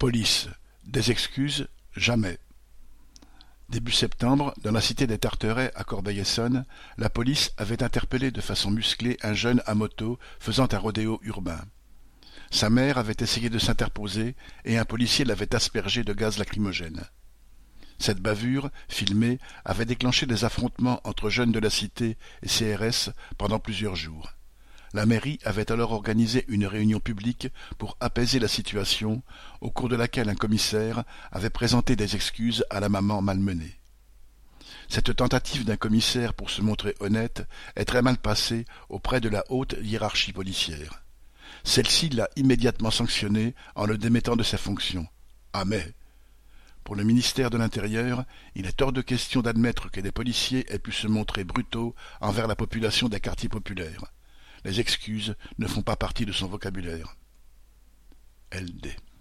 Police. Des excuses, jamais. Début septembre, dans la cité des Tarterets à Corbeil-Essonnes, la police avait interpellé de façon musclée un jeune à moto faisant un rodéo urbain. Sa mère avait essayé de s'interposer et un policier l'avait aspergé de gaz lacrymogène. Cette bavure, filmée, avait déclenché des affrontements entre jeunes de la cité et CRS pendant plusieurs jours. La mairie avait alors organisé une réunion publique pour apaiser la situation, au cours de laquelle un commissaire avait présenté des excuses à la maman malmenée. Cette tentative d'un commissaire pour se montrer honnête est très mal passée auprès de la haute hiérarchie policière. Celle-ci l'a immédiatement sanctionné en le démettant de ses fonctions. Ah mais, pour le ministère de l'Intérieur, il est hors de question d'admettre que des policiers aient pu se montrer brutaux envers la population des quartiers populaires. Les excuses ne font pas partie de son vocabulaire. LD.